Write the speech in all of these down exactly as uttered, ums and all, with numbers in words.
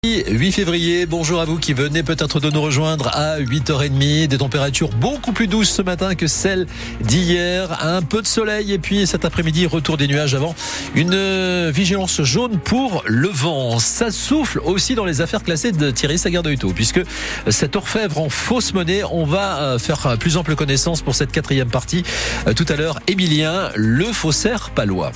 huit février, bonjour à vous qui venez peut-être de nous rejoindre à huit heures trente. Des températures beaucoup plus douces ce matin que celles d'hier. Un peu de soleil et puis cet après-midi, retour des nuages avant une vigilance jaune pour le vent. Ça souffle aussi dans les affaires classées de Thierry Sagardeuil-Taux, puisque cet orfèvre en fausse monnaie, on va faire plus ample connaissance pour cette quatrième partie. Tout à l'heure, Émilien, le faussaire palois.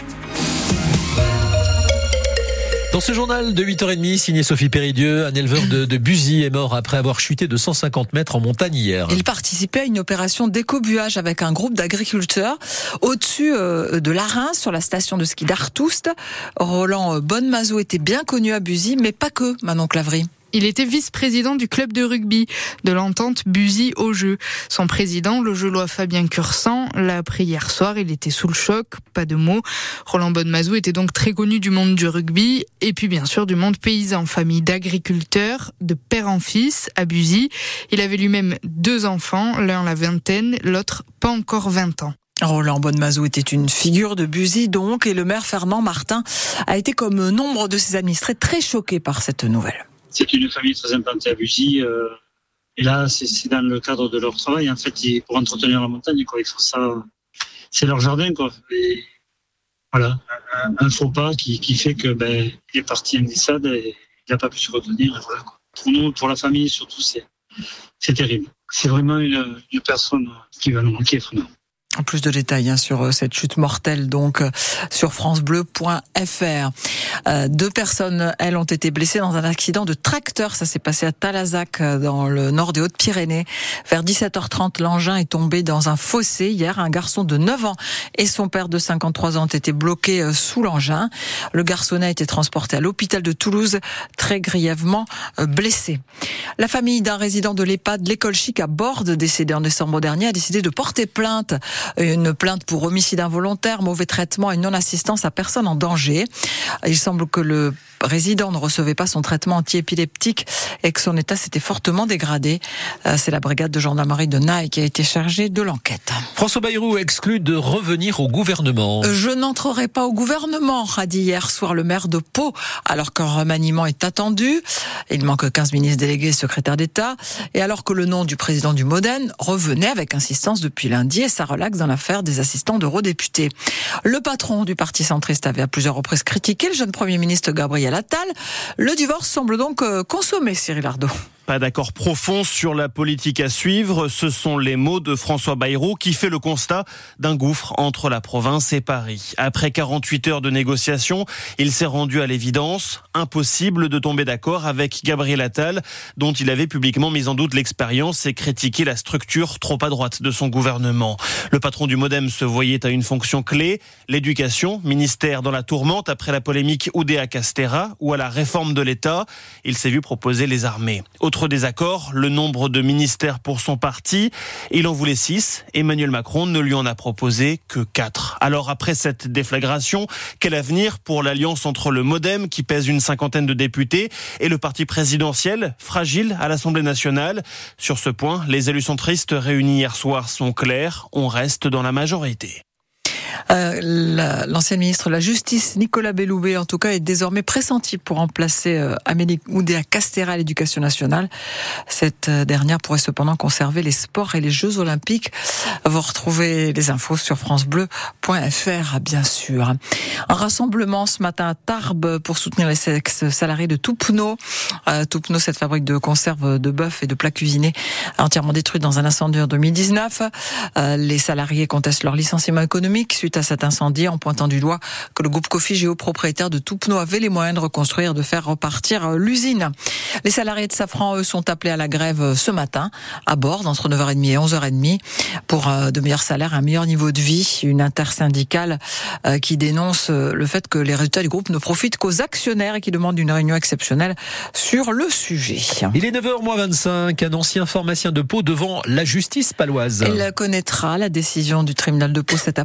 Dans ce journal de huit heures trente, signé Sophie Péridieu, un éleveur de, de Buzy est mort après avoir chuté de cent cinquante mètres en montagne hier. Il participait à une opération d'écobuage avec un groupe d'agriculteurs au-dessus euh, de l'Arin, sur la station de ski d'Artoust. Roland Bonnemazo était bien connu à Buzy, mais pas que, Manon Clavry. Il était vice-président du club de rugby de l'entente Buzy au jeu. Son président, le Gelois Fabien Cursan, l'a appris hier soir. Il était sous le choc, pas de mots. Roland Bonnemazo était donc très connu du monde du rugby et puis bien sûr du monde paysan, famille d'agriculteurs, de père en fils à Buzy. Il avait lui-même deux enfants, l'un la vingtaine, l'autre pas encore vingt ans. Roland Bonnemazo était une figure de Buzy donc, et le maire Fernand Martin a été, comme nombre de ses administrés, très choqué par cette nouvelle. C'est une famille très implantée à Buzy, euh, et là, c'est, c'est dans le cadre de leur travail. En fait, ils, pour entretenir la montagne, quoi, ils font ça. C'est leur jardin, quoi. Et voilà, un, un faux pas qui, qui fait que ben, il est parti en glissade et il n'a pas pu se retenir. Et voilà, quoi. Pour nous, pour la famille, surtout, c'est, c'est terrible. C'est vraiment une, une personne qui va nous manquer, vraiment. Plus de détails hein, sur cette chute mortelle donc sur francebleu point f r. Euh, deux personnes, elles, ont été blessées dans un accident de tracteur. Ça s'est passé à Talazac, dans le nord des Hautes-Pyrénées. Vers dix-sept heures trente, l'engin est tombé dans un fossé. Hier, un garçon de neuf ans et son père de cinquante-trois ans ont été bloqués sous l'engin. Le garçonnet a été transporté à l'hôpital de Toulouse, très grièvement blessé. La famille d'un résident de l'EHPAD L'École Chic à Borde, décédé en décembre dernier, a décidé de porter plainte. Une plainte pour homicide involontaire, mauvais traitement et non-assistance à personne en danger. Il semble que le résident ne recevait pas son traitement antiépileptique et que son état s'était fortement dégradé. C'est la brigade de gendarmerie de Naï qui a été chargée de l'enquête. François Bayrou exclut de revenir au gouvernement. Je n'entrerai pas au gouvernement, a dit hier soir le maire de Pau, alors qu'un remaniement est attendu. Il manque quinze ministres délégués et secrétaires d'État. Et alors que le nom du président du Modène revenait avec insistance depuis lundi et ça relaxe dans l'affaire des assistants d'eurodéputés. Le patron du parti centriste avait à plusieurs reprises critiqué le jeune Premier ministre Gabriel Attal. Le divorce semble donc consommé, Cyril Ardo. Pas d'accord profond sur la politique à suivre, ce sont les mots de François Bayrou qui fait le constat d'un gouffre entre la province et Paris. Après quarante-huit heures de négociations, il s'est rendu à l'évidence, impossible de tomber d'accord avec Gabriel Attal, dont il avait publiquement mis en doute l'expérience et critiqué la structure trop à droite de son gouvernement. Le patron du Modem se voyait à une fonction clé, l'éducation, ministère dans la tourmente après la polémique Oudéa-Castéra ou à la réforme de l'État. Il s'est vu proposer les armées. Autre désaccord, le nombre de ministères pour son parti. Il en voulait six. Emmanuel Macron ne lui en a proposé que quatre. Alors après cette déflagration, quel avenir pour l'alliance entre le Modem, qui pèse une cinquantaine de députés, et le parti présidentiel, fragile à l'Assemblée nationale? Sur ce point, les élus centristes réunis hier soir sont clairs. On reste dans la majorité. Euh, la, l'ancien ministre de la Justice, Nicolas Belloubet, en tout cas, est désormais pressenti pour remplacer euh, Amélie Oudéa-Castéra à l'Éducation nationale. Cette euh, dernière pourrait cependant conserver les sports et les Jeux Olympiques. Vous retrouvez les infos sur francebleu point f r, bien sûr. Un rassemblement ce matin à Tarbes pour soutenir les ex-salariés de Toupneau. Euh, Toupneau, cette fabrique de conserves de bœuf et de plats cuisinés, entièrement détruite dans un incendie en deux mille dix-neuf. Euh, les salariés contestent leur licenciement économique suite à cet incendie, en pointant du doigt que le groupe Cofigeo, propriétaire de Toupneau, avait les moyens de reconstruire, de faire repartir l'usine. Les salariés de Safran, eux, sont appelés à la grève ce matin, à Borde, entre neuf heures trente et onze heures trente, pour de meilleurs salaires, un meilleur niveau de vie. Une intersyndicale qui dénonce le fait que les résultats du groupe ne profitent qu'aux actionnaires et qui demande une réunion exceptionnelle sur le sujet. Il est neuf heures moins vingt-cinq, un ancien pharmacien de Pau devant la justice paloise. Il connaîtra la décision du tribunal de Pau cet après-midi.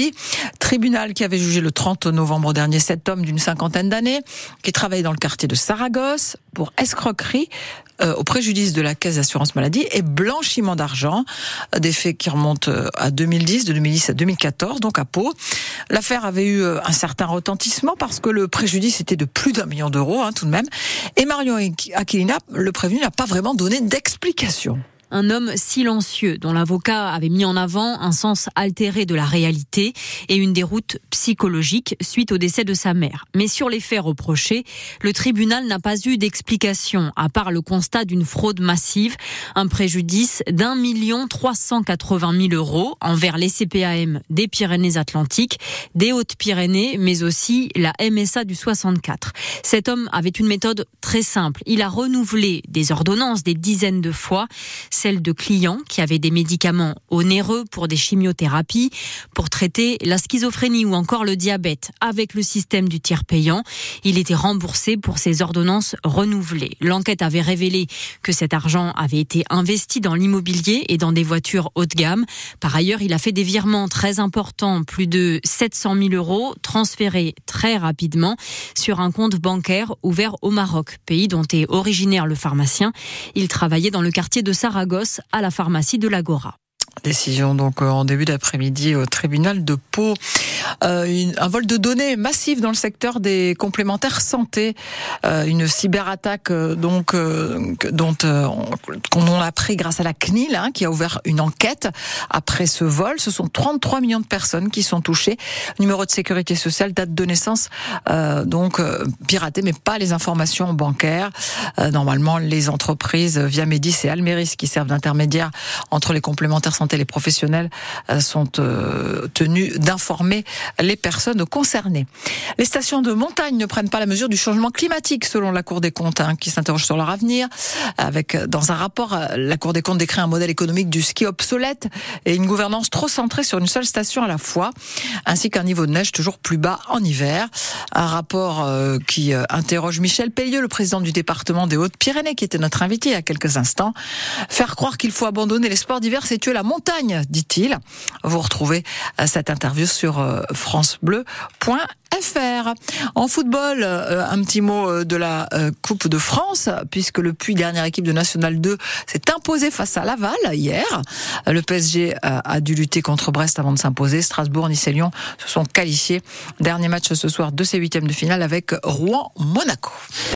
lundi. Tribunal qui avait jugé le trente novembre dernier cet homme d'une cinquantaine d'années qui travaillait dans le quartier de Saragosse pour escroquerie euh, au préjudice de la caisse d'assurance maladie et blanchiment d'argent, des faits qui remontent à deux mille dix, de deux mille dix à deux mille quatorze, donc à Pau. L'affaire avait eu un certain retentissement parce que le préjudice était de plus d'un million d'euros, hein, tout de même. Et Marion Aquilina, le prévenu, n'a pas vraiment donné d'explication. Un homme silencieux dont l'avocat avait mis en avant un sens altéré de la réalité et une déroute psychologique suite au décès de sa mère. Mais sur les faits reprochés, le tribunal n'a pas eu d'explication à part le constat d'une fraude massive, un préjudice d'un million trois cent quatre-vingt mille euros envers les C P A M des Pyrénées-Atlantiques, des Hautes-Pyrénées, mais aussi la M S A du soixante-quatre. Cet homme avait une méthode très simple. Il a renouvelé des ordonnances des dizaines de fois, celle de clients qui avaient des médicaments onéreux pour des chimiothérapies, pour traiter la schizophrénie ou encore le diabète. Avec le système du tiers payant, il était remboursé pour ces ordonnances renouvelées. L'enquête avait révélé que cet argent avait été investi dans l'immobilier et dans des voitures haut de gamme. Par ailleurs, il a fait des virements très importants, plus de sept cent mille euros, transférés très rapidement sur un compte bancaire ouvert au Maroc, pays dont est originaire le pharmacien. Il travaillait dans le quartier de Saragosse, à la pharmacie de l'Agora. Décision donc en début d'après-midi au tribunal de Pau. Euh, une, un vol de données massif dans le secteur des complémentaires santé. Euh, une cyberattaque euh, donc euh, dont euh, qu'on a appris grâce à la C N I L, hein, qui a ouvert une enquête après ce vol. Ce sont trente-trois millions de personnes qui sont touchées. Numéro de sécurité sociale, date de naissance, euh, donc euh, piraté, mais pas les informations bancaires. Euh, normalement, les entreprises via Médis et Alméris qui servent d'intermédiaire entre les complémentaires santé et les professionnels euh, sont euh, tenus d'informer les personnes concernées. Les stations de montagne ne prennent pas la mesure du changement climatique, selon la Cour des comptes, hein, qui s'interroge sur leur avenir. Avec, dans un rapport, la Cour des comptes décrit un modèle économique du ski obsolète et une gouvernance trop centrée sur une seule station à la fois, ainsi qu'un niveau de neige toujours plus bas en hiver. Un rapport euh, qui euh, interroge Michel Pellieu, le président du département des Hautes-Pyrénées, qui était notre invité il y a quelques instants. Faire croire qu'il faut abandonner les sports d'hiver, c'est tuer la montagne, dit-il. Vous retrouvez euh, cette interview sur euh, francebleu point f r. En football, euh, un petit mot de la euh, Coupe de France, puisque le Puy, dernière équipe de National deux, s'est imposé face à Laval hier. Le P S G a, a dû lutter contre Brest avant de s'imposer. Strasbourg, Nice et Lyon se sont qualifiés. Dernier match ce soir de ces huitièmes de finale avec Rouen-Monaco.